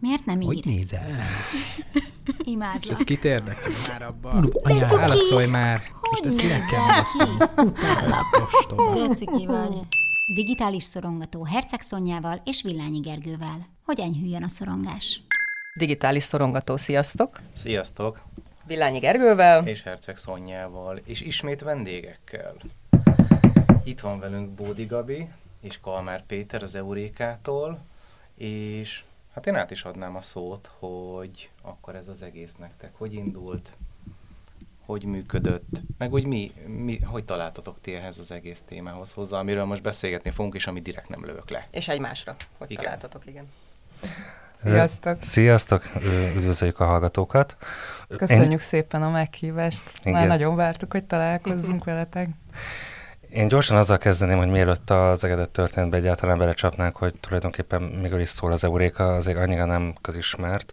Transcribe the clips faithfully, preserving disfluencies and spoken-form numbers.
Miért nem ír? Hogy nézel? Imádlak. És ez kit érdekel már abban? De cuki! Válaszolj már! Most ezt kinek kell válaszolni? Utállak. Ostoba. De cuki vagy. Digitális szorongató Herceg Szonyával és Villányi Gergővel. Hogy enyhüljön a szorongás? Digitális szorongató, sziasztok! Sziasztok! Villányi Gergővel. És Herceg Szonyával, és ismét vendégekkel. Itt van velünk Bódi Gabi és Kalmár Péter az Eurékától, és hát én át is adnám a szót, hogy akkor ez az egész nektek hogy indult, hogy működött, meg hogy mi, mi, hogy találtatok ti ehhez az egész témához hozzá, amiről most beszélgetni fogunk, és ami direkt nem lövök le. És egymásra, hogy Igen. találtatok, igen. Sziasztok! Sziasztok! Üdvözöljük a hallgatókat! Köszönjük Én... szépen a meghívást. Igen. Már nagyon vártuk, hogy találkozzunk veletek. Én gyorsan azzal kezdeném, hogy mielőtt az Egedett történetbe egyáltalán belecsapnánk, hogy tulajdonképpen miről is szól az Euréka, azért annyira nem közismert.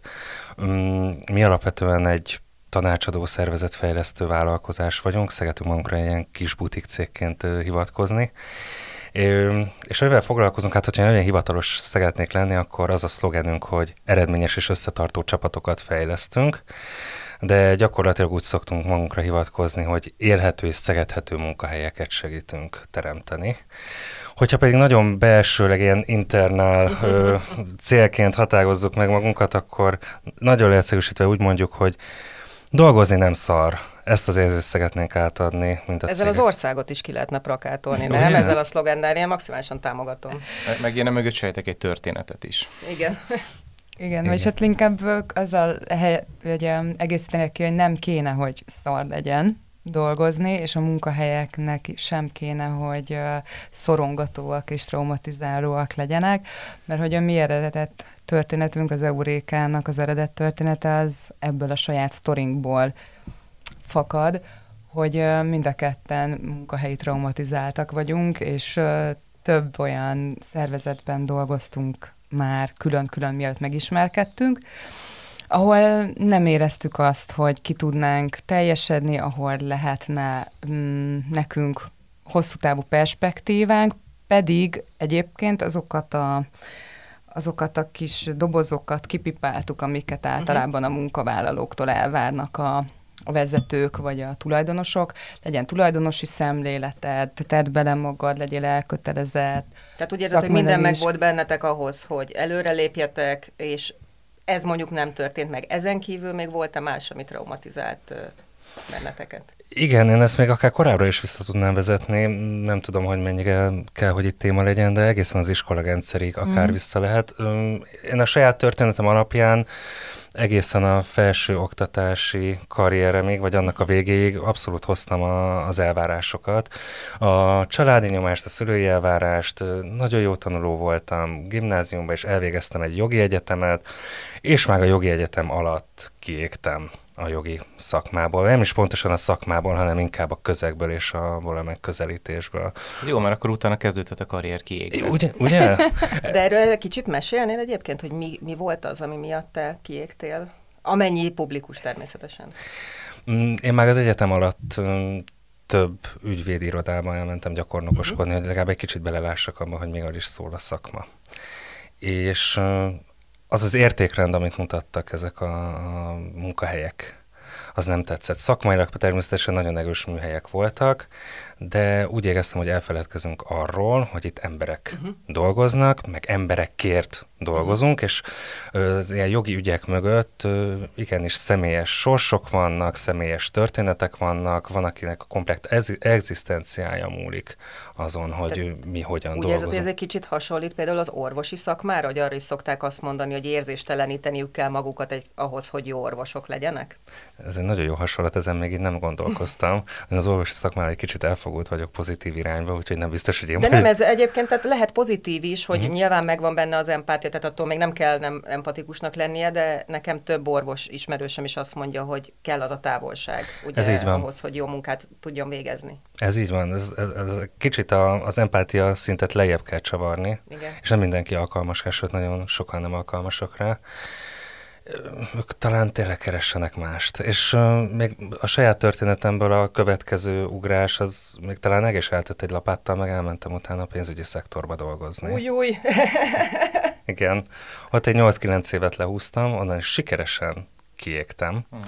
Mi alapvetően egy tanácsadó szervezetfejlesztő vállalkozás vagyunk, szeretünk magunkra ilyen kis butik cégként hivatkozni. És amivel foglalkozunk, hát hogyha nagyon hivatalos szeretnék lenni, akkor az a szlogenünk, hogy eredményes és összetartó csapatokat fejlesztünk, de gyakorlatilag úgy szoktunk magunkra hivatkozni, hogy élhető és szerethető munkahelyeket segítünk teremteni. Hogyha pedig nagyon belsőleg ilyen internál ö, célként határozzuk meg magunkat, akkor nagyon leegyszerűsítve úgy mondjuk, hogy dolgozni nem szar. Ezt az érzést szeretnénk átadni, mint a Ezzel cégek. az országot is ki lehetne plakátolni, nem? Ugye? Ezzel a szlogennel én maximálisan támogatom. Meg én mögött sejtek egy történetet is. Igen. Igen, vagy hát inkább azzal hogy egészítenek ki, hogy nem kéne, hogy szar legyen dolgozni, és a munkahelyeknek sem kéne, hogy szorongatóak és traumatizálóak legyenek, mert hogy a mi eredet történetünk, az Eurékának az eredet története, az ebből a saját sztorinkból fakad, hogy mind a ketten munkahelyi traumatizáltak vagyunk, és több olyan szervezetben dolgoztunk már külön-külön, mielőtt megismerkedtünk, ahol nem éreztük azt, hogy ki tudnánk teljesedni, ahol lehetne mm, nekünk hosszú távú perspektívánk, pedig egyébként azokat a, azokat a kis dobozokat kipipáltuk, amiket általában a munkavállalóktól elvárnak a a vezetők vagy a tulajdonosok, legyen tulajdonosi szemléleted, tedd bele magad, legyél elkötelezett. Tehát úgy érzed, hogy minden is. meg volt bennetek ahhoz, hogy előrelépjetek, és ez mondjuk nem történt meg. Ezen kívül még volt-e más, ami traumatizált benneteket? Igen, én ezt még akár korábbra is vissza tudnám vezetni, nem tudom, hogy mennyire kell, hogy itt téma legyen, de egészen az iskolarendszerig akár mm. vissza lehet. Én a saját történetem alapján egészen a felső oktatási karrieremig, vagy annak a végéig abszolút hoztam a, az elvárásokat. A családi nyomást, a szülői elvárást, nagyon jó tanuló voltam gimnáziumban, és elvégeztem egy jogi egyetemet, és már a jogi egyetem alatt kiégtem a jogi szakmából. Nem is pontosan a szakmából, hanem inkább a közegből és a vala megközelítésből. Ez jó, mert akkor utána kezdődhet a karrier kiégve. Ugye? Ugye? De erről kicsit mesélnél egyébként, hogy mi, mi volt az, ami miatt te kiégtél? Amennyi publikus természetesen. Én már az egyetem alatt több ügyvédi irodában elmentem gyakornokoskodni, uh-huh. hogy legalább egy kicsit belelássak abban, hogy miről is szól a szakma. És az az értékrend, amit mutattak ezek a, a munkahelyek, az nem tetszett. Szakmailag természetesen nagyon erős műhelyek voltak, de úgy éreztem, hogy elfeledkezünk arról, hogy itt emberek uh-huh. dolgoznak, meg emberekért dolgozunk, uh-huh. és az ilyen jogi ügyek mögött ö, igenis személyes sorsok vannak, személyes történetek vannak, van, akinek a komplett ez- egzisztenciája múlik azon, hogy ő, mi hogyan ugye dolgozunk. Ugye ez egy kicsit hasonlít például az orvosi szakmára, hogy arra is szokták azt mondani, hogy érzésteleníteniük kell magukat egy, ahhoz, hogy jó orvosok legyenek? Ez egy nagyon jó hasonlat, ezen még így nem gondolkoztam. Én az orvosi szakmára egy kicsit elfogult vagyok pozitív irányba, úgyhogy nem biztos, hogy én... De nem, ez egyébként tehát lehet pozitív is, hogy uh-huh. nyilván megvan benne az empátia, tehát attól még nem kell nem empatikusnak lennie, de nekem több orvos ismerősöm is azt mondja, hogy kell az a távolság, ugye, ez így van. ahhoz, hogy jó munkát tudjon végezni. Ez így van, ez, ez, ez kicsit a, az empátia szintet lejjebb kell csavarni, igen. És nem mindenki alkalmas rá, sőt nagyon sokan nem alkalmasak rá. Ők talán tényleg keressenek mást. És uh, még a saját történetemből a következő ugrás, az még talán egész eltett egy lapáttal, meg elmentem utána a pénzügyi szektorba dolgozni. Új, új! Igen. Ott egy nyolc-kilenc évet lehúztam, onnan is sikeresen kiégtem. Hmm.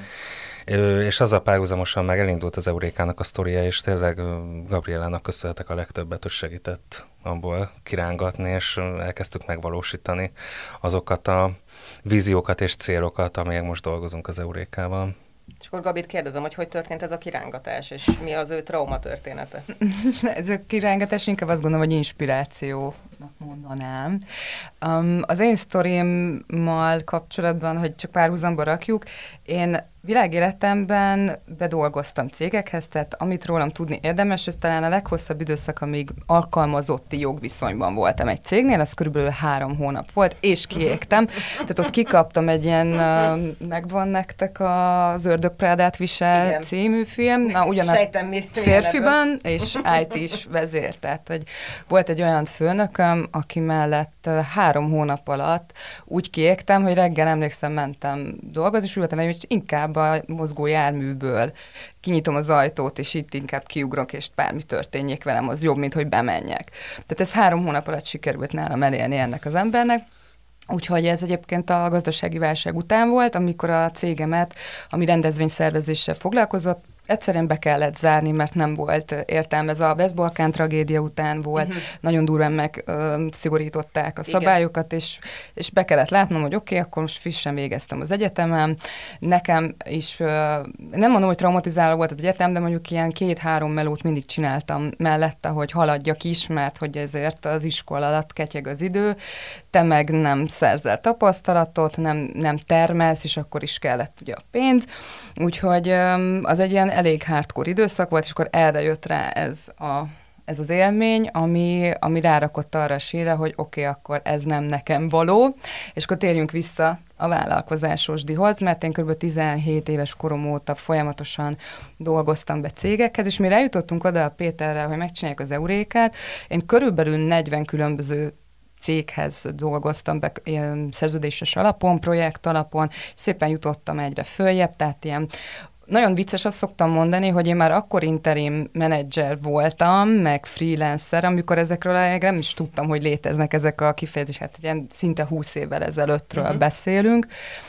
És azzal párhuzamosan meg elindult az Eurékának a sztoria, és tényleg Gabrielának köszönhetek a legtöbbet, hogy segített abból kirángatni, és elkezdtük megvalósítani azokat a víziókat és célokat, amelyek most dolgozunk az Eurékával. És akkor Gabit kérdezem, hogy hogy történt ez a kirángatás, és mi az ő trauma története? Ez a kirángatás inkább azt gondolom, hogy inspirációnak mondanám. Um, az én sztorimmal kapcsolatban, hogy csak párhuzamba rakjuk, én világéletemben bedolgoztam cégekhez, tehát amit rólam tudni érdemes, ez talán a leghosszabb időszak, amíg alkalmazotti jogviszonyban voltam egy cégnél, az körülbelül három hónap volt, és kiégtem. Tehát ott kikaptam egy ilyen, uh, megvan nektek az Ördög Prádát visel Igen. című film, na ugyanaz Sejtem, mit férfiban, és í té-s vezér. Tehát, hogy volt egy olyan főnököm, aki mellett uh, három hónap alatt úgy kiégtem, hogy reggel emlékszem, mentem dolgozni, és ültem, és inkább a mozgó járműből kinyitom az ajtót, és itt inkább kiugrok, és bármi történjék velem, az jobb, mint hogy bemenjek. Tehát ez három hónap alatt sikerült nálam elérni ennek az embernek. Úgyhogy ez egyébként a gazdasági válság után volt, amikor a cégemet, ami rendezvényszervezéssel foglalkozott, egyszerűen be kellett zárni, mert nem volt értelme. Ez a West-Balkán tragédia után volt, uh-huh. nagyon durván megszigorították a szabályokat, és, és be kellett látnom, hogy oké, okay, akkor most frissen végeztem az egyetemen. Nekem is, ö, nem mondom, hogy traumatizáló volt az egyetem, de mondjuk ilyen két-három melót mindig csináltam mellette, hogy haladjak is, mert hogy ezért az iskola alatt ketyeg az idő, te meg nem szerzel tapasztalatot, nem, nem termelsz, és akkor is kellett ugye a pénz. Úgyhogy ö, az egy ilyen elég hardcore időszak volt, és akkor erre jött rá ez, a, ez az élmény, ami, ami rárakott arra a sírre, hogy oké, okay, akkor ez nem nekem való, és akkor térjünk vissza a vállalkozásosdihoz, mert én kb. tizenhét éves korom óta folyamatosan dolgoztam be cégekhez, és mi eljutottunk oda a Péterrel, hogy megcsináljuk az Eurékát. Én körülbelül negyven különböző céghez dolgoztam be szerződéses alapon, projekt alapon, és szépen jutottam egyre följebb, tehát ilyen nagyon vicces, azt szoktam mondani, hogy én már akkor interim menedzser voltam, meg freelancer, amikor ezekről nem is tudtam, hogy léteznek ezek a kifejezések, hát ilyen szinte húsz évvel ezelőttről uh-huh. beszélünk,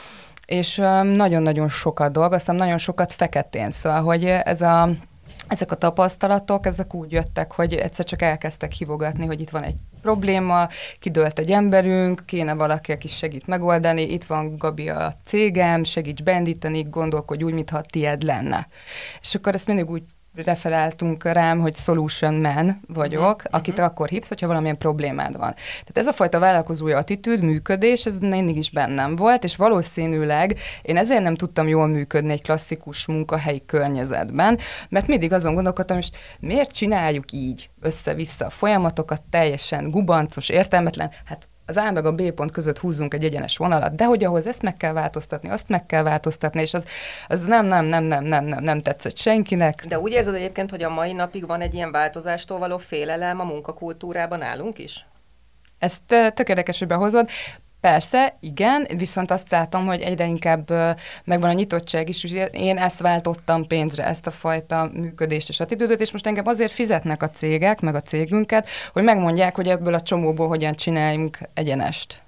és um, nagyon-nagyon sokat dolgoztam, nagyon sokat feketén, szóval, hogy ez a Ezek a tapasztalatok, ezek úgy jöttek, hogy egyszer csak elkezdtek hívogatni, hogy itt van egy probléma, kidőlt egy emberünk, kéne valaki, aki segít megoldani, itt van Gabi a cégem, segíts beindítani, gondolkodj úgy, mintha tied lenne. És akkor ezt mindig úgy referáltunk rám, hogy solution man vagyok, uh-huh. akit akkor hívsz, hogyha valamilyen problémád van. Tehát ez a fajta vállalkozói attitűd, működés, ez mindig is bennem volt, és valószínűleg én ezért nem tudtam jól működni egy klasszikus munkahelyi környezetben, mert mindig azon gondolkodtam, és miért csináljuk így össze-vissza a folyamatokat, teljesen gubancos, értelmetlen, hát az A meg a B pont között húzzunk egy egyenes vonalat, de hogy ahhoz ezt meg kell változtatni, azt meg kell változtatni, és az, az nem, nem, nem, nem, nem, nem, nem tetszett senkinek. De úgy érzed egyébként, hogy a mai napig van egy ilyen változástól való félelem a munkakultúrában nálunk is? Ezt tök érdekes, hogy behozod. Persze, igen, viszont azt látom, hogy egyre inkább megvan a nyitottság is, hogy én ezt váltottam pénzre, ezt a fajta működést és attitűdöt, és most engem azért fizetnek a cégek, meg a cégünket, hogy megmondják, hogy ebből a csomóból hogyan csináljunk egyenest.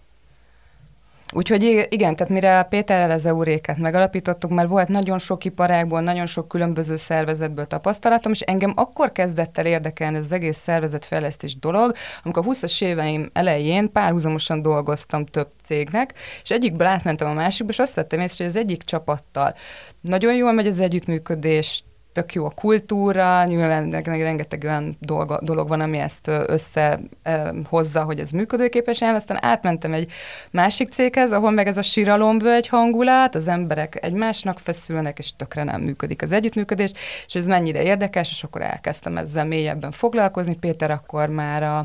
Úgyhogy igen, tehát mire Péterrel az Eurékát megalapítottuk, mert volt nagyon sok iparágból, nagyon sok különböző szervezetből tapasztalatom, és engem akkor kezdett el érdekelni ez az egész szervezetfejlesztés dolog, amikor a húszas éveim elején párhuzamosan dolgoztam több cégnek, és egyikből átmentem a másikba, és azt vettem észre, hogy az egyik csapattal nagyon jól megy az együttműködés, tök jó a kultúra, nyilván rengeteg olyan dolga, dolog van, ami ezt összehozza, hogy ez működőképes, aztán átmentem egy másik céghez, ahol meg ez a síralomvölgy hangulat, az emberek egymásnak feszülnek, és tökre nem működik az együttműködés, és ez mennyire érdekes, és akkor elkezdtem ezzel mélyebben foglalkozni. Péter akkor már a,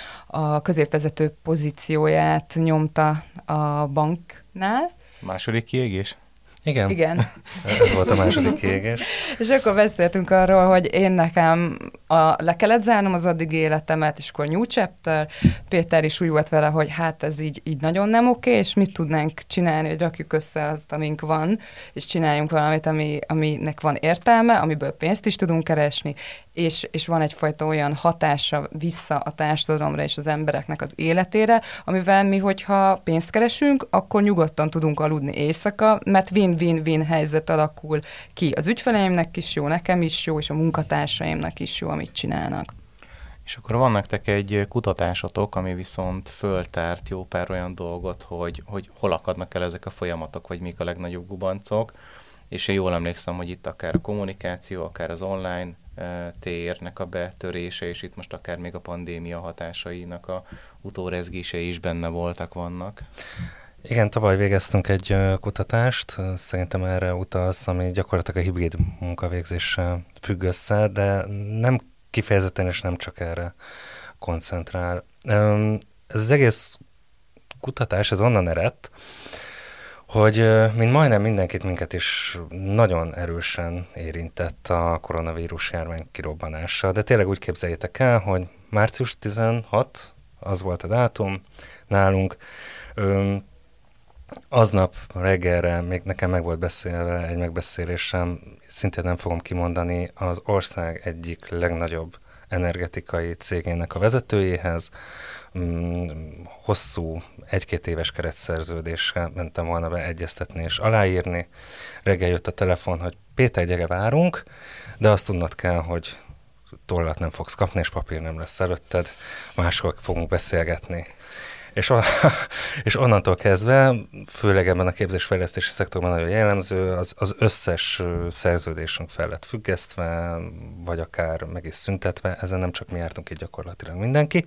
a középvezető pozícióját nyomta a banknál. Második kiégés? Igen. Igen. Ez volt a második kiégés. És akkor beszéltünk arról, hogy én nekem a, le kellett zárnom az addig életemet, és akkor new chapter. Péter is úgy volt vele, hogy hát ez így, így nagyon nem oké, és mit tudnánk csinálni, hogy rakjuk össze azt, amink van, és csináljunk valamit, ami, aminek van értelme, amiből pénzt is tudunk keresni. és, és van egyfajta olyan hatása vissza a társadalomra és az embereknek az életére, amivel mi, hogyha pénzt keresünk, akkor nyugodtan tudunk aludni éjszaka, mert win-win-win helyzet alakul ki. Az ügyfeleimnek is jó, nekem is jó, és a munkatársaimnak is jó, amit csinálnak. És akkor van nektek egy kutatásotok, ami viszont föltárt jó pár olyan dolgot, hogy, hogy hol akadnak el ezek a folyamatok, vagy mik a legnagyobb gubancok, és én jól emlékszem, hogy itt akár a kommunikáció, akár az online e, térnek a betörése, és itt most akár még a pandémia hatásainak a utórezgései is benne voltak, vannak. Igen, tavaly végeztünk egy kutatást, szerintem erre utalsz, ami gyakorlatilag a hibrid munkavégzéssel függ össze, de nem kifejezetten és nem csak erre koncentrál. Ez az egész kutatás, ez onnan eredt, hogy mint majdnem mindenkit, minket is nagyon erősen érintett a koronavírus járvány kirobbanása, de tényleg úgy képzeljétek el, hogy március tizenhatodika, az volt a dátum nálunk, aznap reggelre még nekem meg volt beszélve egy megbeszélésem, szintén nem fogom kimondani, az ország egyik legnagyobb energetikai cégének a vezetőjéhez. Hosszú, egy-két éves keretszerződésre mentem volna be egyeztetni és aláírni. Reggel jött a telefon, hogy Péter, gyere, várunk, de azt tudnod kell, hogy tollat nem fogsz kapni, és papír nem lesz előtted, máskor fogunk beszélgetni. És, on, és onnantól kezdve, főleg ebben a képzésfejlesztési szektorban nagyon jellemző, az, az összes szerződésünk fel lett függesztve, vagy akár meg is szüntetve, ezen nem csak mi jártunk itt, gyakorlatilag mindenki.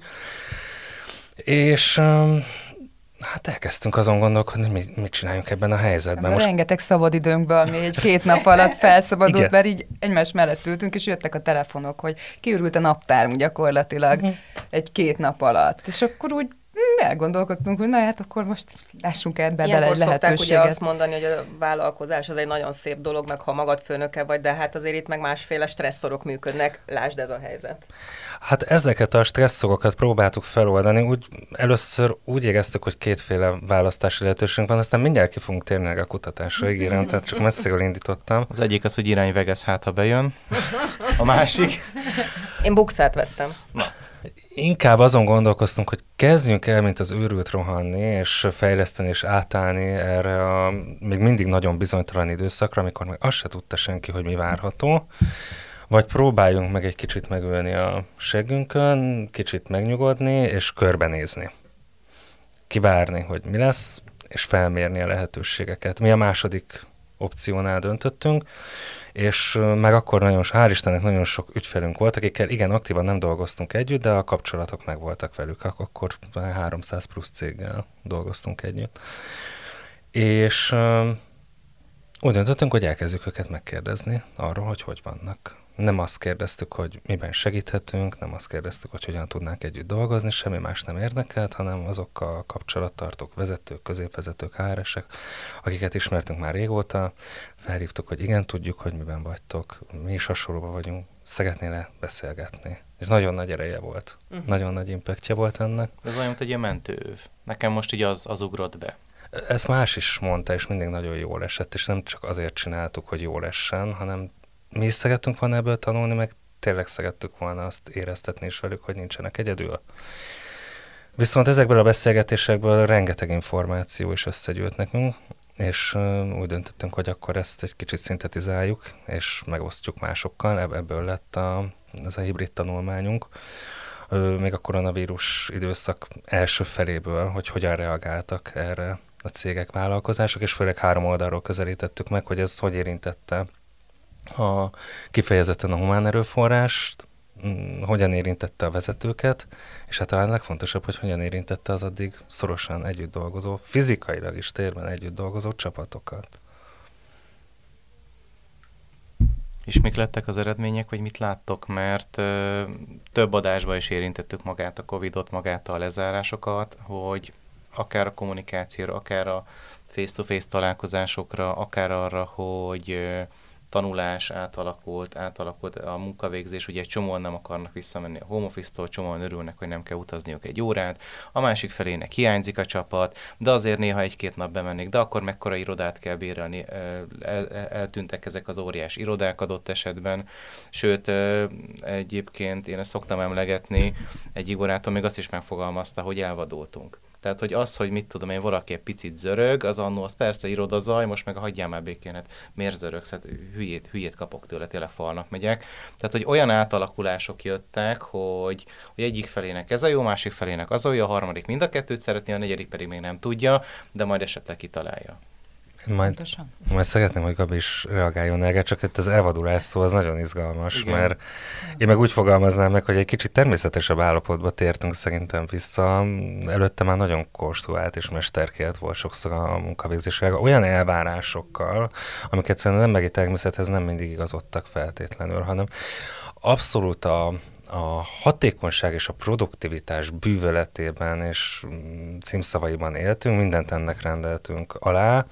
És hát elkezdtünk azon gondolkodni, hogy mit, mit csináljunk ebben a helyzetben. Most... Rengeteg szabadidőnkből, ami egy két nap alatt felszabadult, igen. Mert így egymás mellett ültünk, és jöttek a telefonok, hogy kiürült a naptárunk gyakorlatilag uh-huh. egy két nap alatt. És akkor úgy elgondolkodtunk, hogy na hát akkor most lássunk el be bele egy lehetőséget. Szokták ugye azt mondani, hogy a vállalkozás az egy nagyon szép dolog, meg ha magad főnöke vagy, de hát azért itt meg másféle stresszorok működnek, lásd ez a helyzet. Hát ezeket a stresszorokat próbáltuk feloldani, úgy, először úgy éreztük, hogy kétféle választási lehetőségünk van, aztán mindjárt ki fogunk térni a kutatásra, ígérem, tehát csak messziről indítottam. Az egyik az, hogy irány Vegas, hát ha bejön, a másik. Én bukszát vettem. Na. Inkább azon gondolkoztunk, hogy kezdjünk el, mint az őrült rohanni, és fejleszteni, és átállni erre a még mindig nagyon bizonytalan időszakra, amikor meg azt se tudta senki, hogy mi várható, vagy próbáljunk meg egy kicsit megülni a seggünkön, kicsit megnyugodni, és körbenézni. Kivárni, hogy mi lesz, és felmérni a lehetőségeket. Mi a második opciónál döntöttünk, és meg akkor nagyon, hál' Istennek nagyon sok ügyfelünk volt, akikkel igen, aktívan nem dolgoztunk együtt, de a kapcsolatok meg voltak velük, akkor háromszáz plusz céggel dolgoztunk együtt. És uh, úgy döntöttünk, hogy elkezdjük őket megkérdezni arról, hogy hogy vannak. Nem azt kérdeztük, hogy miben segíthetünk, nem azt kérdeztük, hogy hogyan tudnánk együtt dolgozni, semmi más nem érdekelt, hanem azokkal kapcsolattartók, vezetők, középvezetők, há er esek, akiket ismertünk már régóta, felhívtuk, hogy igen, tudjuk, hogy miben vagytok, mi is hasonlóban vagyunk, szeretnél beszélgetni. És nagyon nagy ereje volt, uh-huh. nagyon nagy impactja volt ennek. Ez olyan, mint egy ilyen mentőöv. Nekem most így az, az ugrott be. Ezt más is mondta, és mindig nagyon jól esett, és nem csak azért csináltuk, hogy jól essen, hanem mi is szerettünk volna ebből tanulni, meg tényleg szerettük volna azt éreztetni is velük, hogy nincsenek egyedül. Viszont ezekből a beszélgetésekből rengeteg információ is összegyűlt nekünk, és uh, úgy döntöttünk, hogy akkor ezt egy kicsit szintetizáljuk, és megosztjuk másokkal. Ebből lett a, ez a hibrid tanulmányunk, uh, még a koronavírus időszak első feléből, hogy hogyan reagáltak erre a cégek, vállalkozások, és főleg három oldalról közelítettük meg, hogy ez hogy érintette a, kifejezetten a humán erőforrást, hogyan érintette a vezetőket, és hát talán legfontosabb, hogy hogyan érintette az addig szorosan együtt dolgozó, fizikailag is térben együtt dolgozó csapatokat. És mik lettek az eredmények, vagy mit láttok? Mert ö, több adásban is érintettük magát a Covidot, magát a lezárásokat, hogy akár a kommunikációra, akár a face-to-face találkozásokra, akár arra, hogy ö, tanulás átalakult, átalakult a munkavégzés, ugye egy csomóan nem akarnak visszamenni a home office-tól, csomóan örülnek, hogy nem kell utazniuk egy órát, a másik felének hiányzik a csapat, de azért néha egy-két nap bemennék, de akkor mekkora irodát kell bérelni, el, eltűntek ezek az óriás irodák adott esetben, sőt, egyébként én ezt szoktam emlegetni, egyik barátom még azt is megfogalmazta, hogy elvadultunk. Tehát, hogy az, hogy mit tudom én, valaki egy picit zörög, az annó, az persze irodazaj, most meg hagyjál már békén, hát miért zörögsz, hát hülyét, hülyét kapok tőle, tényleg falnak megyek. Tehát, hogy olyan átalakulások jöttek, hogy, hogy egyik felének ez a jó, másik felének az a jó, a harmadik mind a kettőt szeretné, a negyedik pedig még nem tudja, de majd esetleg kitalálja. Majd, majd szeretném, hogy Gabi is reagáljon erre, csak itt az elvadulás szó az nagyon izgalmas, igen. Mert én meg úgy fogalmaznám meg, hogy egy kicsit természetesebb állapotba tértünk szerintem vissza. Előtte már nagyon konstruált és mesterkélt volt sokszor a munkavégzésre, olyan elvárásokkal, amiket szerintem az emberi természethez nem mindig igazodtak feltétlenül, hanem abszolút a a hatékonyság és a produktivitás bűvöletében és címszavaiban éltünk, mindent ennek rendeltünk alá,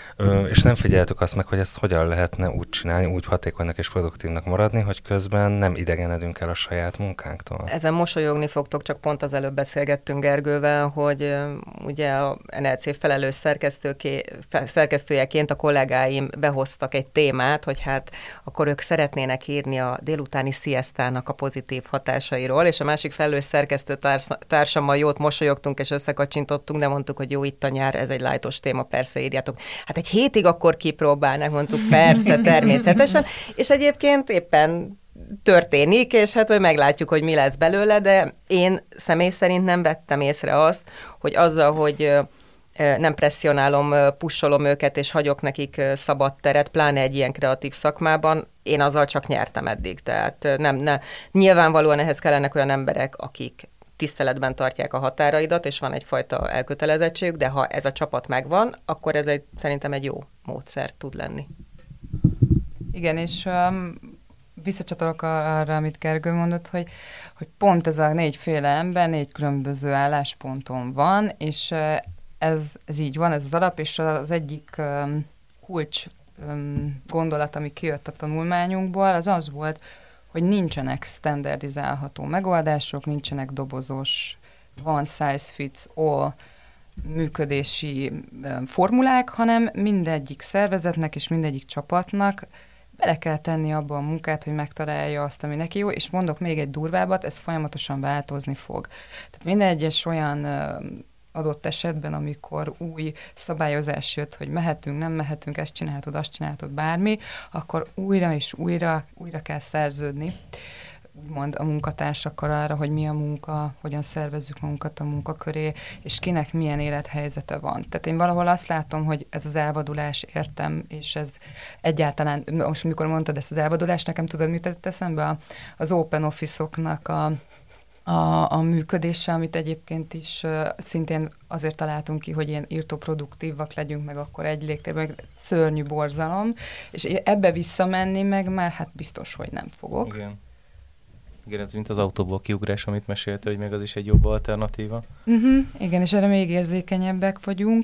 és nem figyeltük azt meg, hogy ezt hogyan lehetne úgy csinálni, úgy hatékonynak és produktívnak maradni, hogy közben nem idegenedünk el a saját munkánktól. Ezen mosolyogni fogtok, csak pont az előbb beszélgettünk Gergővel, hogy uh, ugye a en el cé felelős szerkesztőké, szerkesztőjeként a kollégáim behoztak egy témát, hogy hát akkor ők szeretnének írni a délutáni sziasztának a pozitív hatásairól, és a másik felelős szerkesztő társ, társammal jót mosolyogtunk és összekacsintottunk, de mondtuk, hogy jó, itt a nyár, ez egy lájtos téma, persze írjátok. Hát egy hétig akkor kipróbálnak, mondtuk, persze, természetesen, és egyébként éppen történik, és hát hogy meglátjuk, hogy mi lesz belőle, de én személy szerint nem vettem észre azt, hogy azzal, hogy nem presszionálom, pussolom őket, és hagyok nekik szabad teret, pláne egy ilyen kreatív szakmában, én azzal csak nyertem eddig. Tehát nem, ne, nyilvánvalóan ehhez kellenek olyan emberek, akik tiszteletben tartják a határaidat, és van egyfajta elkötelezettségük, de ha ez a csapat megvan, akkor ez egy, szerintem egy jó módszer tud lenni. Igen, és um, visszacsatolok arra, amit Gergő mondott, hogy, hogy pont ez a négyféle ember, négy különböző állásponton van, és uh, ez, ez így van, ez az alap, és az egyik um, kulcs um, gondolat, ami kijött a tanulmányunkból, az az volt, hogy nincsenek standardizálható megoldások, nincsenek dobozos one size fits all működési formulák, hanem mindegyik szervezetnek és mindegyik csapatnak bele kell tenni abba a munkát, hogy megtalálja azt, ami neki jó, és mondok még egy durvábbat, ez folyamatosan változni fog. Tehát minden egyes olyan adott esetben, amikor új szabályozás jött, hogy mehetünk, nem mehetünk, ezt csinálhatod, azt csinálhatod, bármi, akkor újra és újra, újra kell szerződni, úgymond a munkatársakkal arra, hogy mi a munka, hogyan szervezzük magunkat a munkaköré, és kinek milyen élethelyzete van. Tehát én valahol azt látom, hogy ez az elvadulás, értem, és ez egyáltalán, most amikor mondtad ezt az elvadulást, nekem tudod, mit tett eszembe? Az open office-oknak a A, a működése, amit egyébként is uh, szintén azért találtunk ki, hogy ilyen írtóproduktívak legyünk, meg akkor egy légtérben, meg szörnyű borzalom, és ebbe visszamenni meg már hát biztos, hogy nem fogok. Igen. Igen, ez mint az autóból kiugrás, amit mesélte, hogy meg az is egy jobb alternatíva. Uh-huh, igen, és erre még érzékenyebbek vagyunk.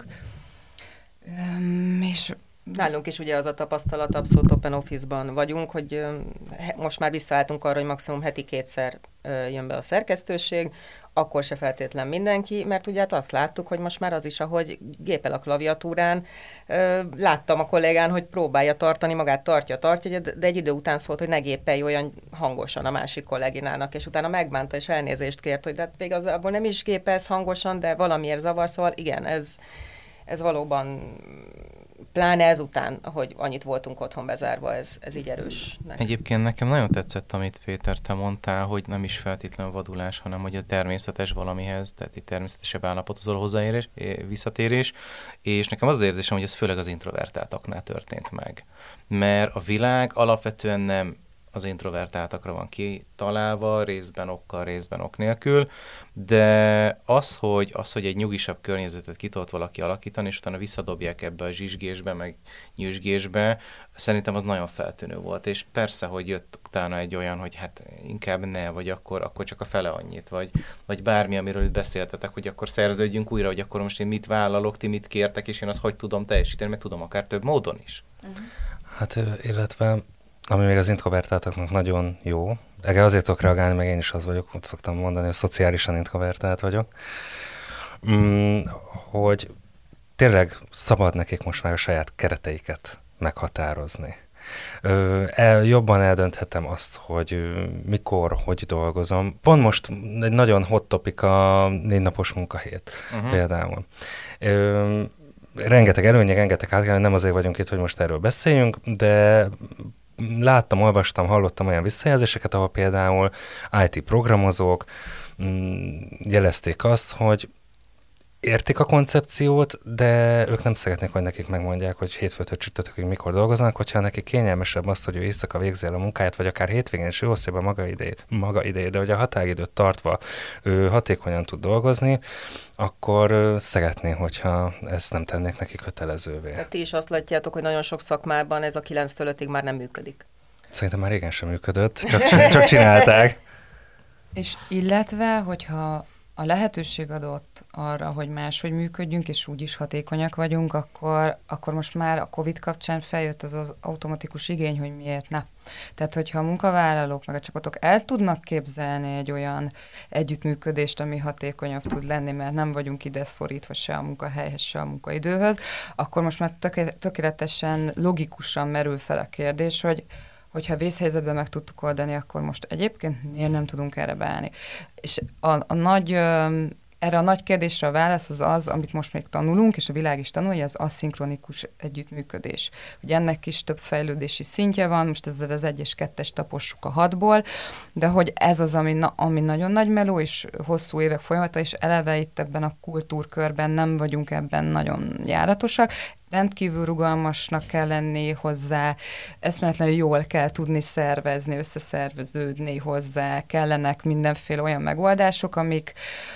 Um, és Nálunk is ugye az a tapasztalat, abszolút open office-ban vagyunk, hogy most már visszaálltunk arra, hogy maximum heti kétszer jön be a szerkesztőség, akkor se feltétlen mindenki, mert ugye hát azt láttuk, hogy most már az is, ahogy gépel a klaviatúrán, láttam a kollégán, hogy próbálja tartani, magát tartja, tartja, de egy idő után szólt, hogy ne gépelj olyan hangosan a másik kolléginának, és utána megbánta, és elnézést kért, hogy de hát igazából nem is gépelsz hangosan, de valamiért zavar, szóval igen, ez, ez valóban pláne ezután, hogy annyit voltunk otthon bezárva, ez, ez így erős. Egyébként nekem nagyon tetszett, amit Péter, te mondtál, hogy nem is feltétlenül vadulás, hanem hogy a természetes valamihez, tehát egy természetesebb állapothoz való hozzáérés, visszatérés, és nekem az az érzésem, hogy ez főleg az introvertáltaknál történt meg. Mert a világ alapvetően nem az introvertáltakra van kitalálva, részben okkal, részben ok nélkül, de az, hogy, az, hogy egy nyugisabb környezetet ki tudott valaki alakítani, és utána visszadobják ebbe a zsizsgésbe, meg nyüzsgésbe, szerintem az nagyon feltűnő volt, és persze, hogy jött utána egy olyan, hogy hát inkább ne, vagy akkor, akkor csak a fele annyit, vagy, vagy bármi, amiről itt beszéltetek, hogy akkor szerződjünk újra, hogy akkor most én mit vállalok, ti mit kértek, és én azt hogy tudom teljesíteni, mert tudom akár több módon is. Hát illetve ami még az introvertáltaknak nagyon jó. Ege azért tudok reagálni, meg én is az vagyok, úgy szoktam mondani, hogy szociálisan introvertált vagyok, mm, hogy tényleg szabad nekik most már a saját kereteiket meghatározni. Ö, el, jobban eldönthetem azt, hogy ö, mikor, hogy dolgozom. Pont most egy nagyon hot topic a négy napos munkahét uh-huh. például. Ö, rengeteg előnye, rengeteg hátra, nem azért vagyunk itt, hogy most erről beszéljünk, de láttam, olvastam, hallottam olyan visszajelzéseket, ahol például i té programozók mm, jelezték azt, hogy értik a koncepciót, de ők nem szeretnék, hogy nekik megmondják, hogy hétfőtől csütörtökig mikor dolgoznak, hogyha nekik kényelmesebb az, hogy ő éjszaka végzi el a munkáját, vagy akár hétvégén is ő osztja maga idejét, maga idejét, de hogy a határidőt tartva ő hatékonyan tud dolgozni, akkor szeretné, hogyha ezt nem tennék neki kötelezővé. Tehát ti is azt látjátok, hogy nagyon sok szakmában ez a kilenctől ötig már nem működik. Szerintem már régen sem működött, csak, csak csinálták. És illetve, hogyha a lehetőség adott arra, hogy máshogy működjünk, és úgy is hatékonyak vagyunk, akkor, akkor most már a Covid kapcsán feljött az az automatikus igény, hogy miért ne. Tehát, hogyha a munkavállalók meg a csapatok el tudnak képzelni egy olyan együttműködést, ami hatékonyabb tud lenni, mert nem vagyunk ide szorítva se a munkahelyhez, se a munkaidőhöz, akkor most már töké- tökéletesen, logikusan merül fel a kérdés, hogy hogyha vészhelyzetben meg tudtuk oldani, akkor most egyébként miért nem tudunk erre beállni. És a, a nagy, erre a nagy kérdésre a válasz az az, amit most még tanulunk, és a világ is tanulja, az aszszinkronikus együttműködés. Ugye ennek is több fejlődési szintje van, most ezzel az egyes, kettes tapossuk a hatból, de hogy ez az, ami, na, ami nagyon nagy meló, és hosszú évek folyamata, és eleve itt ebben a kultúrkörben nem vagyunk ebben nagyon járatosak, rendkívül rugalmasnak kell lenni hozzá, eszméletlenül jól kell tudni szervezni, összeszerveződni hozzá, kellenek mindenféle olyan megoldások, amik,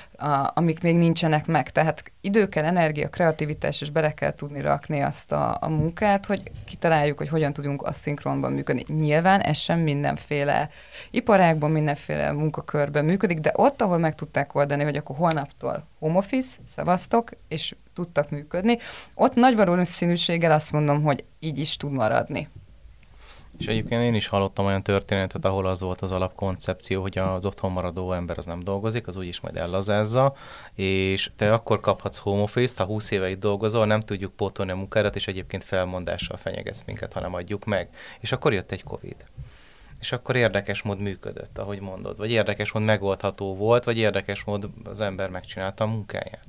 a, amik még nincsenek meg. Tehát idő kell, energia, kreativitás, és bele kell tudni rakni azt a, a munkát, hogy kitaláljuk, hogy hogyan tudunk asszinkronban működni. Nyilván ez sem mindenféle iparágban, mindenféle munkakörben működik, de ott, ahol meg tudták oldani, hogy akkor holnaptól home office, szavaztok, és tudtak működni, ott nagy valószínűséggel azt mondom, hogy így is tud maradni. És egyébként én is hallottam olyan történetet, ahol az volt az alapkoncepció, hogy az otthon maradó ember az nem dolgozik, az úgyis majd ellazázza, és te akkor kaphatsz home office-t, ha húsz éve itt dolgozol, nem tudjuk pótolni a munkádat, és egyébként felmondással fenyegetsz minket, ha nem adjuk meg. És akkor jött egy Covid. És akkor érdekes mód működött, ahogy mondod, vagy érdekes mód megoldható volt, vagy érdekes mód az ember megcsinálta a munkáját.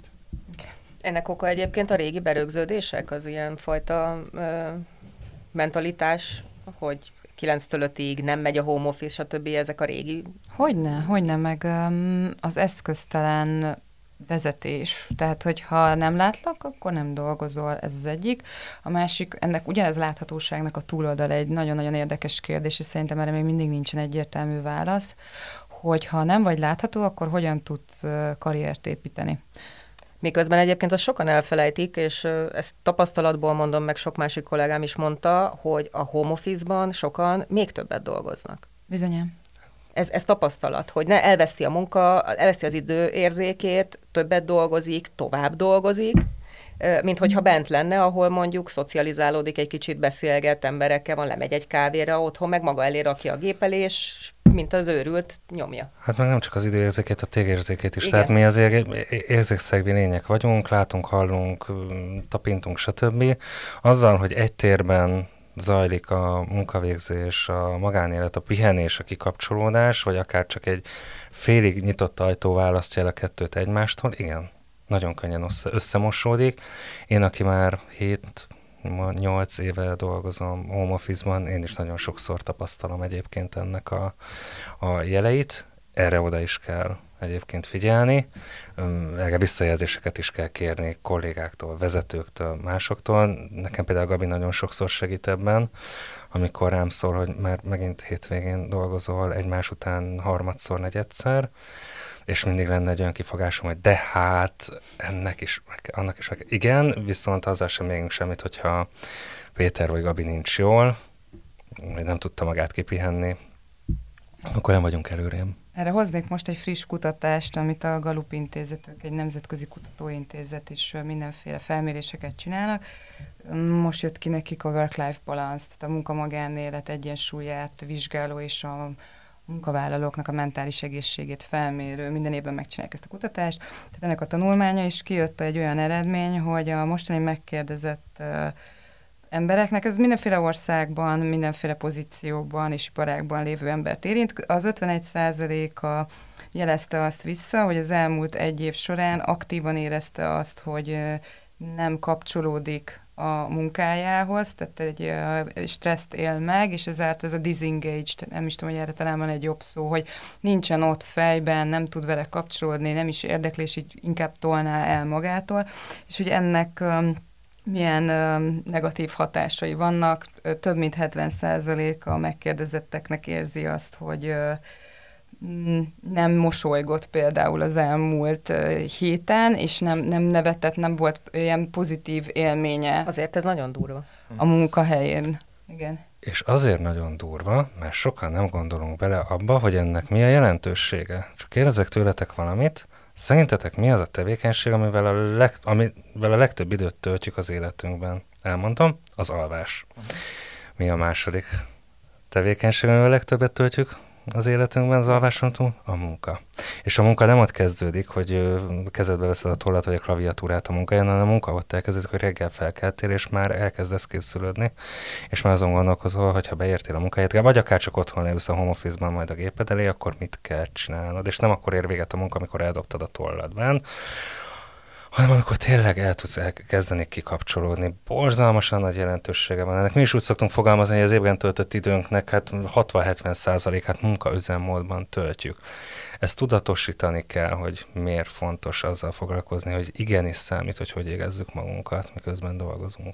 Ennek oka egyébként a régi berögződések, az ilyen fajta ö, mentalitás, hogy kilenctől ötig nem megy a home office, stb. Ezek a régi... Hogyne, hogyne, meg um, az eszköztelen vezetés. Tehát, hogyha nem látlak, akkor nem dolgozol, ez az egyik. A másik, ennek ugyanez láthatóságnak a túloldal egy nagyon-nagyon érdekes kérdés, és szerintem erre még mindig nincsen egyértelmű válasz, hogy ha nem vagy látható, akkor hogyan tudsz karriert építeni. Miközben egyébként azt sokan elfelejtik, és ezt tapasztalatból mondom, meg sok másik kollégám is mondta, hogy a home office-ban sokan még többet dolgoznak. Bizonyán. Ez, ez tapasztalat, hogy ne elveszti a munka, elveszti az időérzékét, többet dolgozik, tovább dolgozik, mint hogyha bent lenne, ahol mondjuk szocializálódik, egy kicsit beszélget emberekkel, van, lemegy egy kávéra, otthon meg maga elé rakja a gép elé, és mint az őrült nyomja. Hát meg nem csak az időérzékét, a térérzékét is. Igen. Tehát mi azért érzékszegvi lények vagyunk, látunk, hallunk, tapintunk, stb. Azzal, hogy egy térben zajlik a munkavégzés, a magánélet, a pihenés, a kikapcsolódás, vagy akár csak egy félig nyitott ajtó választja el a kettőt egymástól, igen, nagyon könnyen összemosódik. Én, aki már hét nyolc éve dolgozom home office-ban, én is nagyon sokszor tapasztalom egyébként ennek a, a jeleit. Erre oda is kell egyébként figyelni. Erre visszajelzéseket is kell kérni kollégáktól, vezetőktől, másoktól. Nekem például Gabi nagyon sokszor segít ebben, amikor rám szól, hogy már megint hétvégén dolgozol egymás után harmadszor, negyedszer, és mindig lenne egy olyan kifogásom, hogy de hát ennek is, annak is, igen, viszont azzal sem mérünk semmit, hogyha Péter vagy Gabi nincs jól, vagy nem tudta magát kipihenni, akkor nem vagyunk előrém. Erre hoznék most egy friss kutatást, amit a Gallup intézetük, egy nemzetközi kutatóintézet is mindenféle felméréseket csinálnak. Most jött ki nekik a work-life balance, tehát a munka-magánélet egyensúlyát vizsgáló és a munkavállalóknak a mentális egészségét felmérő, minden évben megcsinálják ezt a kutatást. Tehát ennek a tanulmánya is kijött egy olyan eredmény, hogy a mostani megkérdezett uh, embereknek, ez mindenféle országban, mindenféle pozícióban és iparágban lévő embert érint. Az ötvenegy százaléka jelezte azt vissza, hogy az elmúlt egy év során aktívan érezte azt, hogy nem kapcsolódik a munkájához, tehát egy uh, stresszt él meg, és ezáltal ez a disengaged, nem is tudom, hogy erre talán van egy jobb szó, hogy nincsen ott fejben, nem tud vele kapcsolódni, nem is érdekli, és így inkább tolná el magától, és hogy ennek um, milyen uh, negatív hatásai vannak. Több mint hetven százaléka a megkérdezetteknek érzi azt, hogy uh, nem mosolygott például az elmúlt uh, héten, és nem, nem nevetett, nem volt ilyen pozitív élménye. Azért ez nagyon durva. A munkahelyén. Igen. És azért nagyon durva, mert sokan nem gondolunk bele abba, hogy ennek mi a jelentősége. Csak kérdezek tőletek valamit, szerintetek mi az a tevékenység, amivel a, leg, amivel a legtöbb időt töltjük az életünkben? Elmondom, az alvás. Mi a második tevékenység, amivel a legtöbbet töltjük az életünkben az alváson túl? A munka. És a munka nem ott kezdődik, hogy kezedbe veszed a tollat vagy a klaviatúrát a munkáján, hanem a munka ott elkezdődik, hogy reggel felkeltél, és már elkezdesz készülődni, és már azon gondolkozol, hogyha beértél a munkáját, vagy akár csak otthon leülsz a home office-ban majd a géped elé, akkor mit kell csinálnod, és nem akkor ér véget a munka, amikor eldobtad a tolladban, hanem amikor tényleg el tudsz elkezdeni kikapcsolódni. Borzalmasan nagy jelentősége van ennek. Mi is úgy szoktunk fogalmazni, hogy az évben töltött időnknek hát hatvan-hetven százalékát munkaüzemmódban töltjük. Ezt tudatosítani kell, hogy miért fontos azzal foglalkozni, hogy igenis számít, hogy hogy égezzük magunkat, miközben dolgozunk.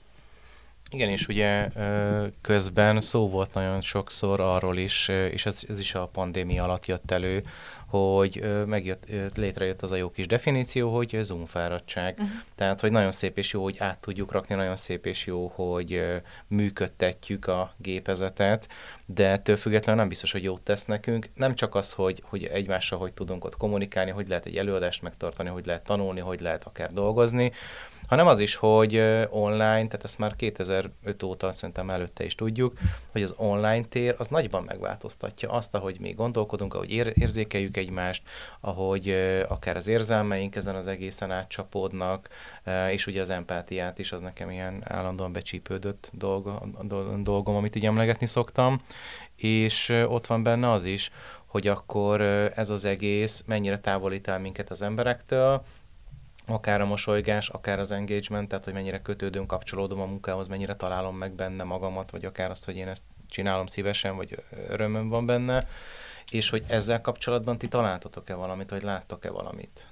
Igen, és ugye közben szó volt nagyon sokszor arról is, és ez, ez is a pandémia alatt jött elő, hogy megjött, létrejött az a jó kis definíció, hogy Zoom fáradtság. Uh-huh. Tehát, hogy nagyon szép és jó, hogy át tudjuk rakni, nagyon szép és jó, hogy működtetjük a gépezetet, de ettől függetlenül nem biztos, hogy jót tesz nekünk. Nem csak az, hogy, hogy egymással hogy tudunk ott kommunikálni, hogy lehet egy előadást megtartani, hogy lehet tanulni, hogy lehet akár dolgozni, hanem az is, hogy online, tehát ezt már kétezer-öt óta szerintem előtte is tudjuk, hogy az online tér az nagyban megváltoztatja azt, ahogy mi gondolkodunk, ahogy ér- érzékeljük egymást, ahogy akár az érzelmeink ezen az egészen átcsapódnak, és ugye az empátiát is, az nekem ilyen állandóan becsípődött dolga, dolgom, amit így emlegetni szoktam, és ott van benne az is, hogy akkor ez az egész mennyire távolít el minket az emberektől, akár a mosolygás, akár az engagement, tehát hogy mennyire kötődünk, kapcsolódom a munkához, mennyire találom meg benne magamat, vagy akár azt, hogy én ezt csinálom szívesen, vagy örömöm van benne, és hogy ezzel kapcsolatban ti találtatok-e valamit, vagy láttok-e valamit?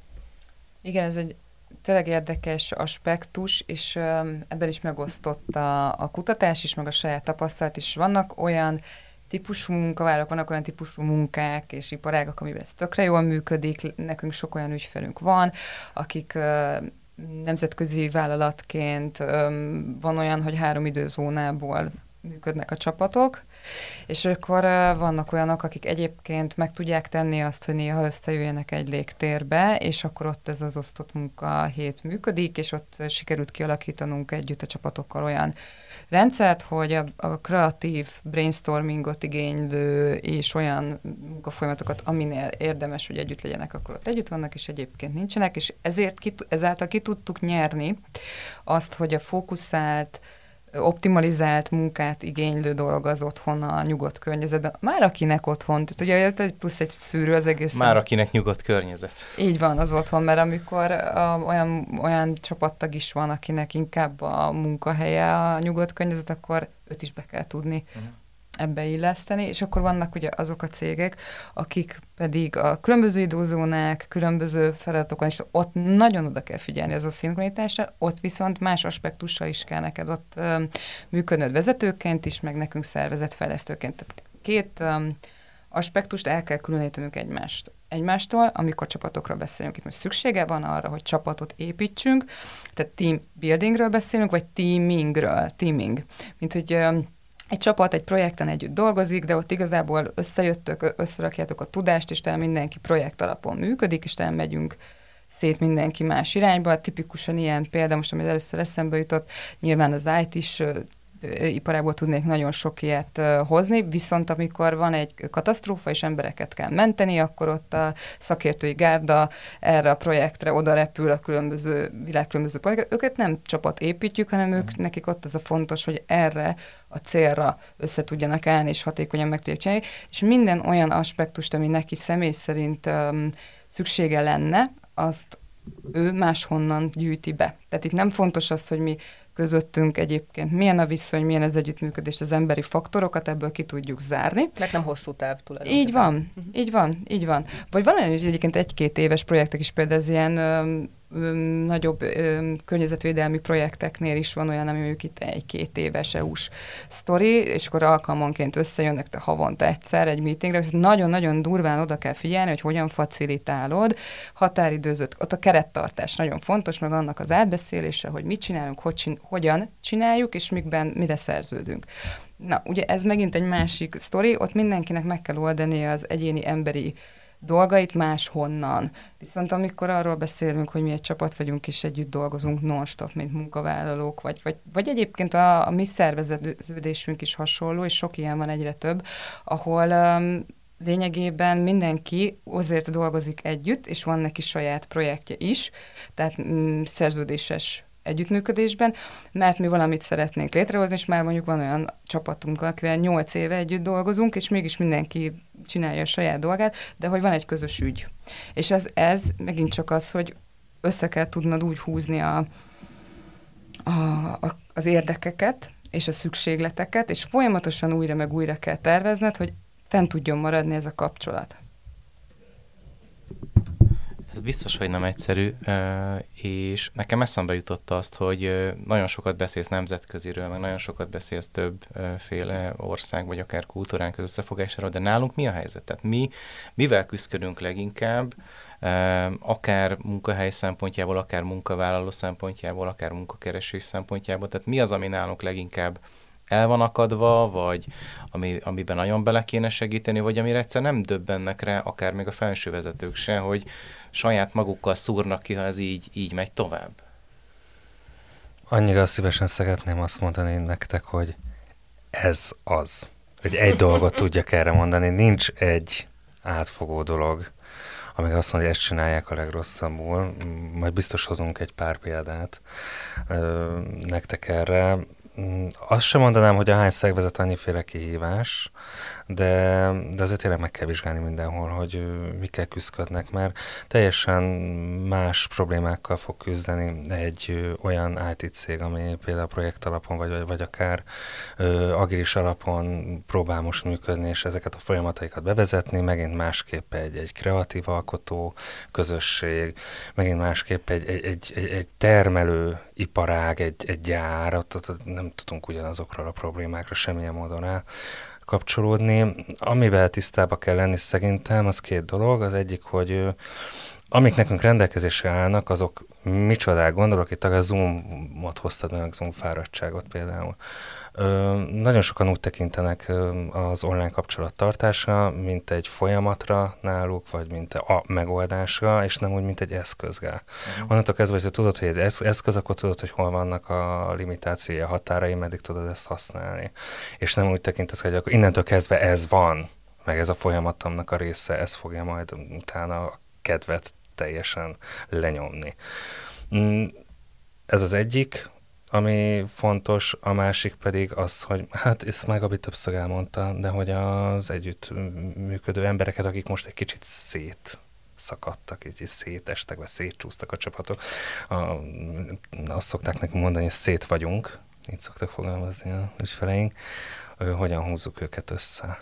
Igen, ez egy tényleg érdekes aspektus, és um, ebben is megosztott a, a kutatás is, meg a saját tapasztalat is. Vannak olyan típusú munkavállalók, vannak olyan típusú munkák és iparágak, amiben ez tökre jól működik. Nekünk sok olyan ügyfelünk van, akik uh, nemzetközi vállalatként um, van olyan, hogy három időzónából működnek a csapatok, és akkor uh, vannak olyanok, akik egyébként meg tudják tenni azt, hogy néha összejöjjenek egy légtérbe, és akkor ott ez az osztott munkahét működik, és ott sikerült kialakítanunk együtt a csapatokkal olyan rendszert, hogy a, a kreatív brainstormingot igénylő és olyan munkafolyamatokat, aminél érdemes, hogy együtt legyenek, akkor ott együtt vannak, és egyébként nincsenek, és ezért ki, ezáltal ki tudtuk nyerni azt, hogy a fókuszált, optimalizált munkát igénylő dolog az otthon a nyugodt környezetben. Már akinek otthon, tehát ugye plusz egy szűrő az egész. Már akinek nyugodt környezet. Így van, az otthon, mert amikor a, olyan, olyan csapattag is van, akinek inkább a munkahelye a nyugodt környezet, akkor őt is be kell tudni uh-huh. ebbe illeszteni, és akkor vannak ugye azok a cégek, akik pedig a különböző időzónák, különböző feladatokon, és ott nagyon oda kell figyelni az a szinkronitásra, ott viszont más aspektussal is kell neked ott um, működnöd vezetőként is, meg nekünk szervezetfejlesztőként. Tehát két um, aspektust el kell különítenünk egymást, egymástól, amikor csapatokról beszélünk. Itt most szüksége van arra, hogy csapatot építsünk, tehát team buildingről beszélünk, vagy teamingről, teaming. Mint hogy um, egy csapat egy projekten együtt dolgozik, de ott igazából összejöttök, összerakjátok a tudást, és talán mindenki projekt alapon működik, és talán megyünk szét mindenki más irányba. Tipikusan ilyen példa, most amit először eszembe jutott, nyilván az í té-s iparából tudnék nagyon sok ilyet hozni, viszont amikor van egy katasztrófa, és embereket kell menteni, akkor ott a szakértői gárda erre a projektre oda repül a különböző, világ különböző projektre. Őket nem csapat építjük, hanem ők, nekik ott az a fontos, hogy erre a célra össze tudjanak állni, és hatékonyan meg tudják csinálni, és minden olyan aspektust, ami neki személy szerint um, szüksége lenne, azt ő máshonnan gyűjti be. Tehát itt nem fontos az, hogy mi közöttünk egyébként milyen a viszony, milyen az együttműködés, az emberi faktorokat ebből ki tudjuk zárni. Mert nem hosszú táv tulajdonképpen. Így van, uh-huh. így van, így van. Vagy van olyan, hogy egyébként egy-két éves projektek is, például az ilyen öm, öm, nagyobb öm, környezetvédelmi projekteknél is van olyan, ami mondjuk itt egy-két éves é u-s sztori, és akkor alkalmanként összejönnek te havonta egyszer egy meetingre, és nagyon-nagyon durván oda kell figyelni, hogy hogyan facilitálod, határidőzött, ott a kerettartás nagyon fontos, meg annak az átbeszélése, hogy mit csinálunk, hogy csin- hogyan csináljuk, és mikben, mire szerződünk. Na, ugye ez megint egy másik sztori, ott mindenkinek meg kell oldani az egyéni emberi dolgait máshonnan. Viszont amikor arról beszélünk, hogy mi egy csapat vagyunk, és együtt dolgozunk non-stop, mint munkavállalók, vagy, vagy, vagy egyébként a, a mi szerveződésünk is hasonló, és sok ilyen van, egyre több, ahol um, lényegében mindenki azért dolgozik együtt, és van neki saját projektje is, tehát mm, szerződéses együttműködésben, mert mi valamit szeretnénk létrehozni, és már mondjuk van olyan csapatunk, akivel nyolc éve együtt dolgozunk, és mégis mindenki csinálja a saját dolgát, de hogy van egy közös ügy. És ez, ez megint csak az, hogy össze kell tudnod úgy húzni a, a, a, az érdekeket, és a szükségleteket, és folyamatosan újra meg újra kell tervezned, hogy fent tudjon maradni ez a kapcsolat. Ez biztos, hogy nem egyszerű, és nekem eszembe jutott azt, hogy nagyon sokat beszélsz nemzetköziről, meg nagyon sokat beszélsz többféle ország, vagy akár kultúránk összefogásáról, de nálunk mi a helyzet? Tehát mi, mivel küzdködünk leginkább, akár munkahely szempontjából, akár munkavállaló szempontjából, akár munkakeresés szempontjából, tehát mi az, ami nálunk leginkább el van akadva, vagy ami, amiben nagyon bele kéne segíteni, vagy amire egyszer nem döbbennek rá, akár még a felsővezetők se, hogy saját magukkal szúrnak ki, ha ez így, így megy tovább? Annyira szívesen szeretném azt mondani nektek, hogy ez az. Hogy egy dolgot tudjak erre mondani. Nincs egy átfogó dolog, amíg azt mondja, hogy ezt csinálják a legrosszabbul. Majd biztos hozunk egy pár példát ö, nektek erre. Azt sem mondanám, hogy a hány szervezet annyiféle kihívás, de, de azért tényleg meg kell vizsgálni mindenhol, hogy mikkel küzdködnek, mert teljesen más problémákkal fog küzdeni egy olyan í té cég, ami például projekt alapon, vagy, vagy akár ö, agilis alapon próbál most működni, és ezeket a folyamataikat bevezetni, megint másképp egy, egy kreatív alkotó közösség, megint másképp egy, egy, egy, egy, egy termelő iparág, egy, egy gyár, ott, ott nem tudunk ugyanazokról a problémákra semmilyen módon rá kapcsolódni. Amivel tisztába kell lenni szerintem, az két dolog. Az egyik, hogy amik nekünk rendelkezésre állnak, azok micsodák, gondolok, itt a Zoom-ot hoztad meg, Zoom fáradtságot például. Ö, nagyon sokan úgy tekintenek az online kapcsolattartásra, mint egy folyamatra náluk, vagy mint a megoldásra, és nem úgy, mint egy eszközre. Uh-huh. Onnantól kezdve, hogy tudod, hogy egy eszköz, akkor tudod, hogy hol vannak a limitációi, a határai, meddig tudod ezt használni. És nem úgy tekintesz, hogy akkor innentől kezdve ez van, meg ez a folyamatomnak a része, ez fogja majd utána a kedvet teljesen lenyomni. Ez az egyik, ami fontos, a másik pedig az, hogy hát ezt már Gabi többször elmondta, de hogy az együtt működő embereket, akik most egy kicsit szét szakadtak, így szétestek, vagy szétcsúsztak a csapatok, a, azt szokták nekünk mondani, hogy szét vagyunk, így szoktak fogalmazni az ügyfeleink, hogyan húzzuk őket össze.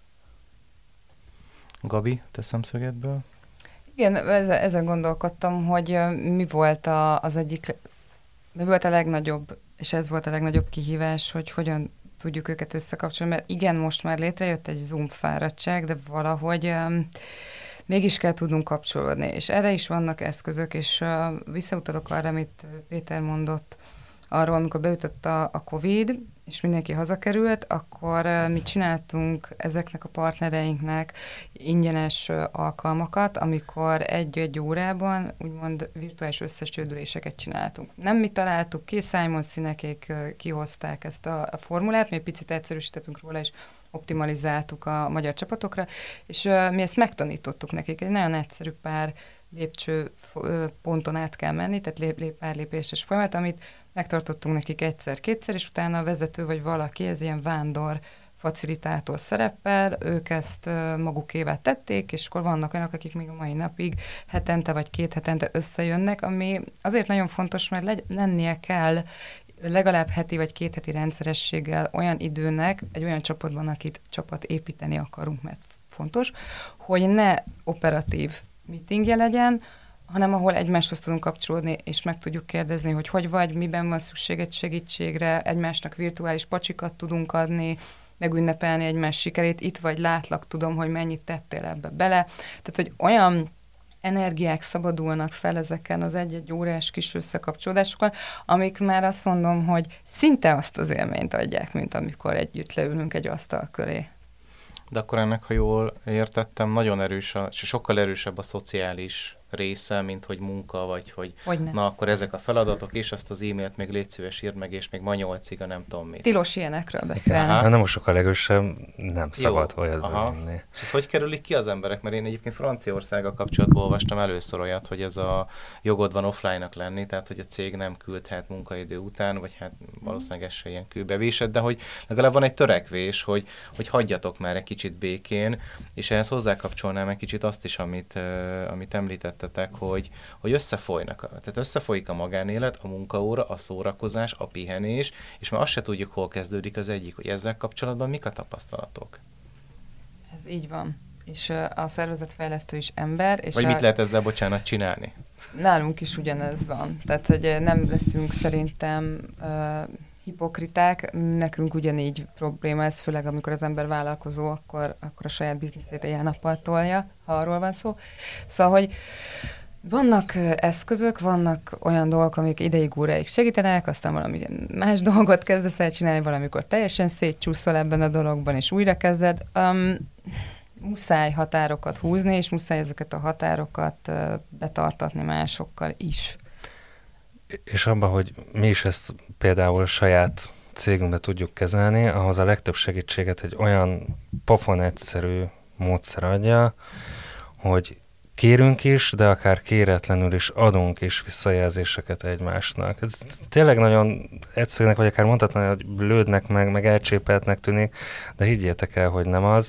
Gabi, te szemszögedből? Igen, ezen, ezen gondolkodtam, hogy mi volt a, az egyik, mi volt a legnagyobb, és ez volt a legnagyobb kihívás, hogy hogyan tudjuk őket összekapcsolni, mert igen, most már létrejött egy Zoom fáradtság, de valahogy um, mégis kell tudnunk kapcsolódni, és erre is vannak eszközök, és uh, visszautalok arra, amit Péter mondott arról, amikor beütött a, a Covid, és mindenki hazakerült, akkor mi csináltunk ezeknek a partnereinknek ingyenes alkalmakat, amikor egy-egy órában úgymond virtuális összesődüléseket csináltunk. Nem mi találtuk ki, Simon Sinekék kihozták ezt a, a formulát, mi egy picit egyszerűsítettünk róla, és optimalizáltuk a magyar csapatokra, és uh, mi ezt megtanítottuk nekik. Egy nagyon egyszerű pár lépcső ponton át kell menni, tehát lép, lép, pár lépéses folyamat, amit megtartottunk nekik egyszer-kétszer, és utána a vezető vagy valaki, ez ilyen vándor facilitátor szereppel, ők ezt uh, magukévá tették, és akkor vannak olyanok, akik még a mai napig hetente vagy két hetente összejönnek, ami azért nagyon fontos, mert legy- lennie kell legalább heti vagy két heti rendszerességgel olyan időnek, egy olyan csapatban, akit csapat építeni akarunk, mert fontos, hogy ne operatív meetingje legyen, hanem ahol egymáshoz tudunk kapcsolódni, és meg tudjuk kérdezni, hogy hogy vagy, miben van szükséged segítségre, egymásnak virtuális pacsikat tudunk adni, megünnepelni egymás sikerét, itt vagy, látlak, tudom, hogy mennyit tettél ebbe bele. Tehát, hogy olyan energiák szabadulnak fel ezeken az egy-egy órás kis összekapcsolódásokkal, amik már azt mondom, hogy szinte azt az élményt adják, mint amikor együtt leülünk egy asztal köré. De akkor ennek, ha jól értettem, nagyon erős, a, sokkal erősebb a szociális része, mint hogy munka, vagy hogy Hogyne. Na akkor ezek a feladatok, és azt az e-mailt még légy szíves, írd meg, és még ma nyolcig, a nem tudom mit. Tilos ilyenekről beszélni. Hát nem most sokkal legősebb, nem szabad olyat venni. És ez hogy kerülik ki az emberek? Mert én egyébként Franciaországgal kapcsolatban olvastam először olyat, hogy ez a jogod van offline-nak lenni, tehát hogy a cég nem küldhet munkaidő után, vagy hát valószínűleg ez se ilyen kőbevésed, de hogy legalább van egy törekvés, hogy, hogy hagyjatok már egy kicsit békén, és ehhez hozzákapcsolnám egy kicsit azt is, amit, uh, amit említettetek, hogy, hogy összefolynak. Tehát összefolyik a magánélet, a munkaóra, a szórakozás, a pihenés, és már azt se tudjuk, hol kezdődik az egyik, hogy ezzel kapcsolatban mik a tapasztalatok. Ez így van. És a szervezetfejlesztő is ember. És Vagy a... mit lehet ezzel, bocsánat, csinálni? Nálunk is ugyanez van. Tehát, hogy nem leszünk szerintem uh, hipokriták, nekünk ugyanígy probléma ez, főleg amikor az ember vállalkozó, akkor, akkor a saját bizniszét éjjel-nappal tolja, ha arról van szó. Szóval, hogy vannak eszközök, vannak olyan dolgok, amik ideig, óráig segítenek, aztán valami más dolgot kezdesz el csinálni, valamikor teljesen szétcsúszol ebben a dologban, és újra kezded. Um, muszáj határokat húzni, és muszáj ezeket a határokat uh, betartatni másokkal is. És abban, hogy mi is ezt például saját cégünkben tudjuk kezelni, ahhoz a legtöbb segítséget egy olyan pofon egyszerű módszer adja, hogy kérünk is, de akár kéretlenül is adunk is visszajelzéseket egymásnak. Ez tényleg nagyon egyszerűnek, vagy akár mondhatnám, hogy lődnek meg, meg elcsépeltnek tűnik, de higgyétek el, hogy nem az.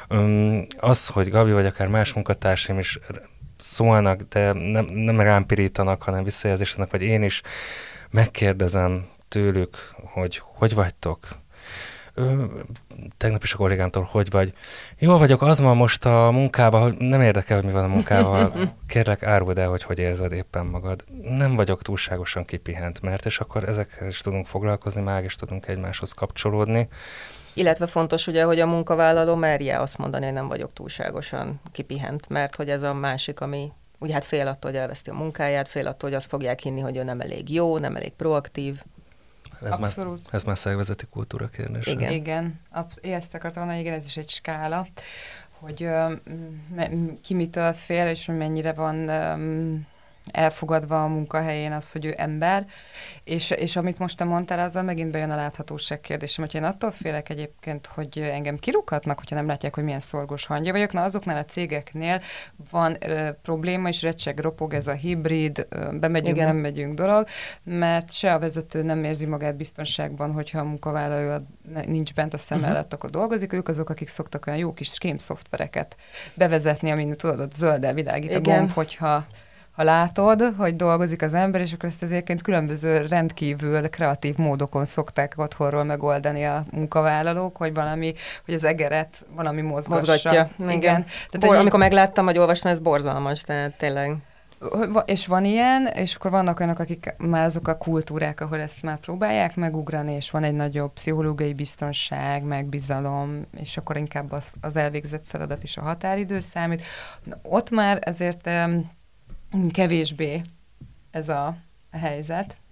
Az, hogy Gabi vagy akár más munkatársaim is szólnak, de nem, nem rám pirítanak, hanem visszajelzésnek, vagy én is megkérdezem tőlük, hogy hogy vagytok. Ö, tegnap is a kollégámtól, hogy vagy. Jól vagyok, az ma most a munkában, hogy nem érdekel, hogy mi van a munkával. Kérlek, áruld el, hogy hogy érzed éppen magad. Nem vagyok túlságosan kipihent, mert és akkor ezekkel is tudunk foglalkozni, már is tudunk egymáshoz kapcsolódni. Illetve fontos ugye, hogy a munkavállaló merje azt mondani, hogy nem vagyok túlságosan kipihent, mert hogy ez a másik, ami ugye hát fél attól, hogy elveszti a munkáját, fél attól, hogy azt fogják hinni, hogy ő nem elég jó, nem elég proaktív. Ez Abszolút. Már, ez már szervezeti kultúra kérdése. Igen. Igen. Absz- ezt akartam mondani, igen, ez is egy skála, hogy uh, m- ki mitől fél, és hogy mennyire van um, elfogadva a munkahelyén az, hogy ő ember, és, és amit most te mondtál, azzal megint bejön a láthatóság kérdésem, hogyha én attól félek egyébként, hogy engem kirúghatnak, hogyha nem látják, hogy milyen szorgos hangja vagyok, na azoknál a cégeknél van uh, probléma, és recseg, ropog ez a hibrid, uh, bemegyünk, igen. nem megyünk dolog, mert se a vezető nem érzi magát biztonságban, hogyha a munkavállaló nincs bent a szem mellett, uh-huh. akkor dolgozik, ők azok, akik szoktak olyan jó kis kém szoftvereket bevezetni, amin tudod, ott zölddel világít a gomb, hogyha ha látod, hogy dolgozik az ember, és akkor ezt ezért különböző rendkívül kreatív módokon szokták otthonról megoldani a munkavállalók, hogy valami, hogy az egeret valami mozgassa. Mozgatja. Igen. Igen. Tehát, Bor, amikor megláttam, vagy olvastam, ez borzalmas, tehát tényleg. És van ilyen, és akkor vannak olyanok, akik már azok a kultúrák, ahol ezt már próbálják megugrani, és van egy nagyobb pszichológiai biztonság, meg bizalom, és akkor inkább az, az elvégzett feladat is a határidő számít. Na, ott már ezért um, kevésbé ez a helyzet.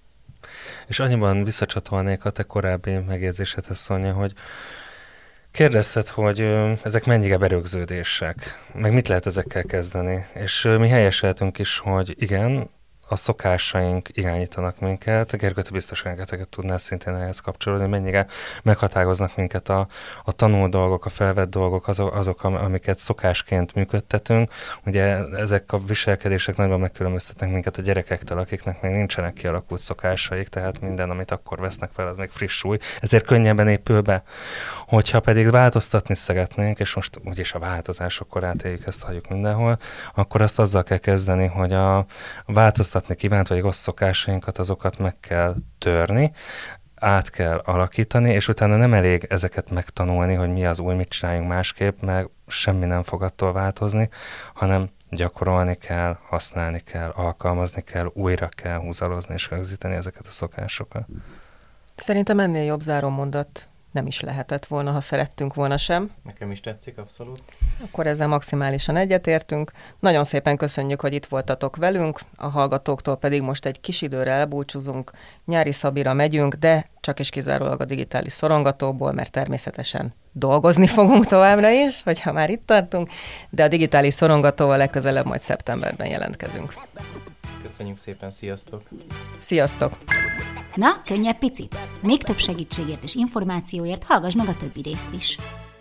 És annyiban visszacsatolnék a te korábbi megjegyzésedhez, Szonya, hogy kérdezted, hogy ö, ezek mennyire berögződések, meg mit lehet ezekkel kezdeni. És ö, mi helyeseltünk is, hogy igen, a szokásaink irányítanak minket. Gergő, te biztos rengeteget tudnál szintén ehhez kapcsolódni, mennyire meghatároznak minket a, a tanult dolgok, a felvett dolgok, azok, azok, amiket szokásként működtetünk. Ugye ezek a viselkedések nagyban megkülönböztetnek minket a gyerekektől, akiknek még nincsenek kialakult szokásaik, tehát minden, amit akkor vesznek fel, az még friss új, ezért könnyebben épül be. Hogyha pedig változtatni szeretnénk, és most úgyis a változások korát éljük, ezt halljuk mindenhol, akkor azt azzal kell kezdeni, hogy a változtatni kívánt, vagy rossz szokásainkat, azokat meg kell törni, át kell alakítani, és utána nem elég ezeket megtanulni, hogy mi az új, mit csináljunk másképp, mert semmi nem fog attól változni, hanem gyakorolni kell, használni kell, alkalmazni kell, újra kell húzalozni és rögzíteni ezeket a szokásokat. Szerintem ennél jobb zárómondat nem is lehetett volna, ha szerettünk volna sem. Nekem is tetszik, abszolút. Akkor ezzel maximálisan egyetértünk. Nagyon szépen köszönjük, hogy itt voltatok velünk, a hallgatóktól pedig most egy kis időre elbúcsúzunk, nyári szabira megyünk, de csak és kizárólag a digitális szorongatóból, mert természetesen dolgozni fogunk továbbra is, hogyha már itt tartunk, de a digitális szorongatóval legközelebb majd szeptemberben jelentkezünk. Köszönjük szépen, sziasztok! Sziasztok! Na, könnyebb picit? Még több segítségért és információért hallgass meg a többi részt is.